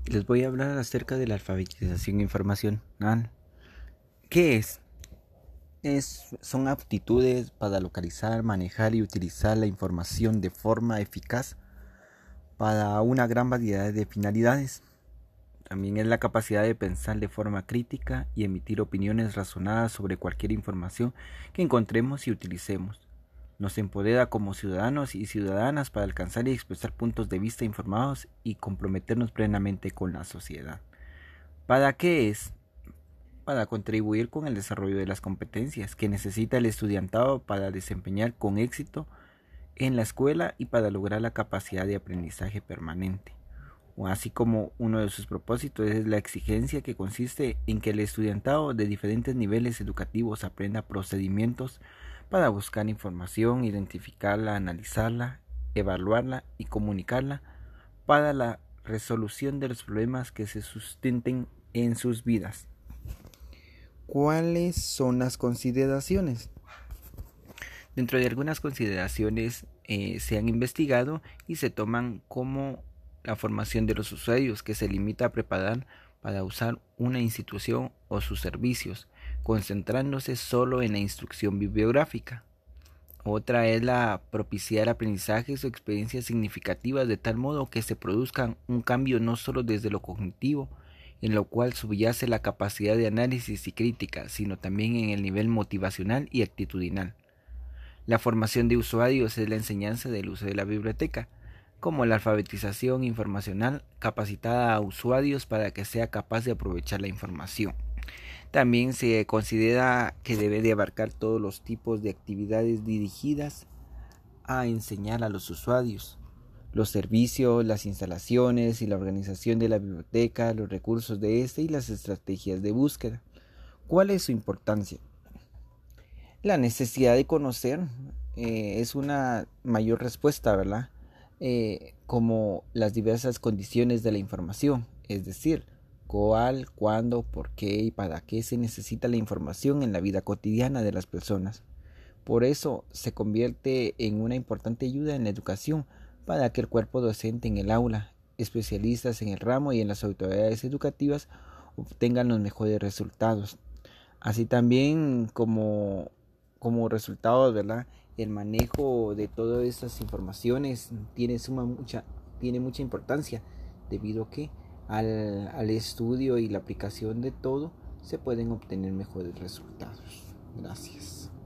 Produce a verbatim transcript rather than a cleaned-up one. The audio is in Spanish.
Les voy a hablar acerca de la alfabetización informacional. ¿Qué es? Es, son aptitudes para localizar, manejar y utilizar la información de forma eficaz para una gran variedad de finalidades. También es la capacidad de pensar de forma crítica y emitir opiniones razonadas sobre cualquier información que encontremos y utilicemos. Nos empodera como ciudadanos y ciudadanas para alcanzar y expresar puntos de vista informados y comprometernos plenamente con la sociedad. ¿Para qué es? Para contribuir con el desarrollo de las competencias que necesita el estudiantado para desempeñar con éxito en la escuela y para lograr la capacidad de aprendizaje permanente. Así como uno de sus propósitos es la exigencia, que consiste en que el estudiantado de diferentes niveles educativos aprenda procedimientos para buscar información, identificarla, analizarla, evaluarla y comunicarla para la resolución de los problemas que se sustenten en sus vidas. ¿Cuáles son las consideraciones? Dentro de algunas consideraciones eh, se han investigado y se toman como la formación de los usuarios, que se limita a preparar para usar una institución o sus servicios, concentrándose solo en la instrucción bibliográfica. Otra es la propiciar aprendizajes o experiencias significativas de tal modo que se produzca un cambio no solo desde lo cognitivo, en lo cual subyace la capacidad de análisis y crítica, sino también en el nivel motivacional y actitudinal. La formación de usuarios es la enseñanza del uso de la biblioteca, como la alfabetización informacional capacitada a usuarios para que sea capaz de aprovechar la información. También se considera que debe de abarcar todos los tipos de actividades dirigidas a enseñar a los usuarios, los servicios, las instalaciones y la organización de la biblioteca, los recursos de éste y las estrategias de búsqueda. ¿Cuál es su importancia? La necesidad de conocer eh, es una mayor respuesta, ¿verdad? Eh, como las diversas condiciones de la información, es decir, cuál, cuándo, por qué y para qué se necesita la información en la vida cotidiana de las personas. Por eso se convierte en una importante ayuda en la educación para que el cuerpo docente en el aula, especialistas en el ramo y en las autoridades educativas obtengan los mejores resultados. Así también como, como resultado, ¿verdad? El manejo de todas estas informaciones tiene, suma mucha, tiene mucha importancia, debido a que al, al estudio y la aplicación de todo se pueden obtener mejores resultados. Gracias.